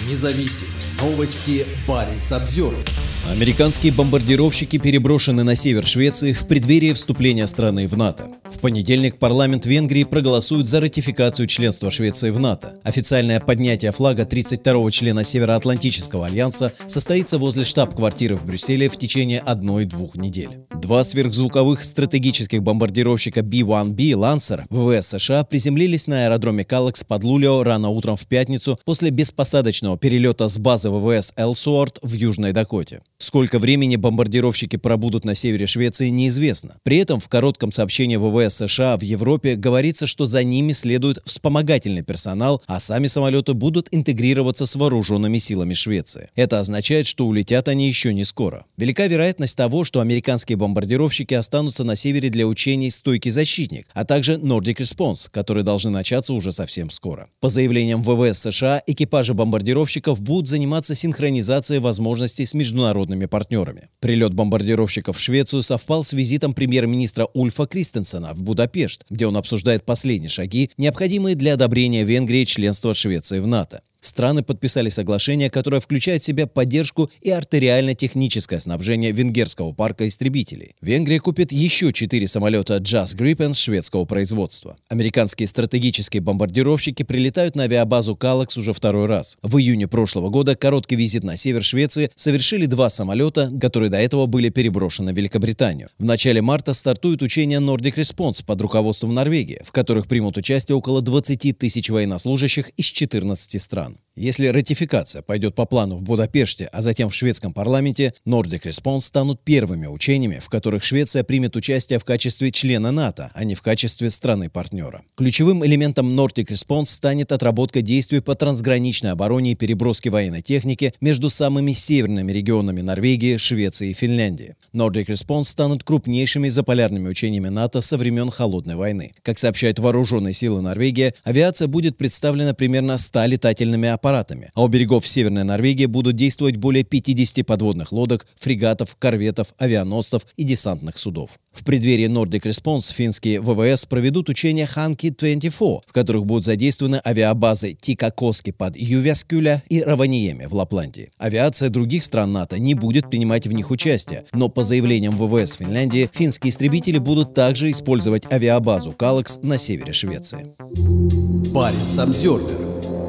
независим. Новости Баренц-Обзервер. Американские бомбардировщики переброшены на север Швеции в преддверии вступления страны в НАТО. В понедельник парламент Венгрии проголосует за ратификацию членства Швеции в НАТО. Официальное поднятие флага 32-го члена Североатлантического альянса состоится возле штаб-квартиры в Брюсселе в течение 1-2 недель. Два сверхзвуковых стратегических бомбардировщика B-1B «Лансер» ВВС США приземлились на аэродроме Каллекс под Лулио рано утром в пятницу после беспосадочного перелета с базы ВВС Элсуорт в Южной Дакоте. Сколько времени бомбардировщики пробудут на севере Швеции, неизвестно. При этом в коротком сообщении ВВС США в Европе говорится, что за ними следует вспомогательный персонал, а сами самолеты будут интегрироваться с вооруженными силами Швеции. Это означает, что улетят они еще не скоро. Велика вероятность того, что американские бомбардировщики останутся на севере для учений «Стойкий защитник», а также Nordic Response, которые должны начаться уже совсем скоро. По заявлениям ВВС США, экипажи бомбардировщиков будут заниматься синхронизацией возможностей с международными партнерами. Прилет бомбардировщиков в Швецию совпал с визитом премьер-министра Ульфа Кристенсена в Будапешт, где он обсуждает последние шаги, необходимые для одобрения Венгрии членства Швеции в НАТО. Страны подписали соглашение, которое включает в себя поддержку и артериально-техническое снабжение венгерского парка истребителей. Венгрия купит еще 4 самолета JAS Gripen шведского производства. Американские стратегические бомбардировщики прилетают на авиабазу Каллекс уже второй раз. В июне прошлого года короткий визит на север Швеции совершили 2 самолета, которые до этого были переброшены в Великобританию. В начале марта стартует учение Nordic Response под руководством Норвегии, в которых примут участие около 20 тысяч военнослужащих из 14 стран. Если ратификация пойдет по плану в Будапеште, а затем в шведском парламенте, Nordic Response станут первыми учениями, в которых Швеция примет участие в качестве члена НАТО, а не в качестве страны-партнера. Ключевым элементом Nordic Response станет отработка действий по трансграничной обороне и переброске военной техники между самыми северными регионами Норвегии, Швеции и Финляндии. Nordic Response станут крупнейшими заполярными учениями НАТО со времен Холодной войны. Как сообщают вооруженные силы Норвегии, авиация будет представлена примерно 100 летательными аппаратами, а у берегов Северной Норвегии будут действовать более 50 подводных лодок, фрегатов, корветов, авианосцев и десантных судов. В преддверии Nordic Response финские ВВС проведут учения Hanki-24, в которых будут задействованы авиабазы Тикакоски под Ювескюля и Раваниеме в Лапландии. Авиация других стран НАТО не будет принимать в них участие, но по заявлениям ВВС Финляндии, финские истребители будут также использовать авиабазу Каллекс на севере Швеции. Баренц-Обзервер.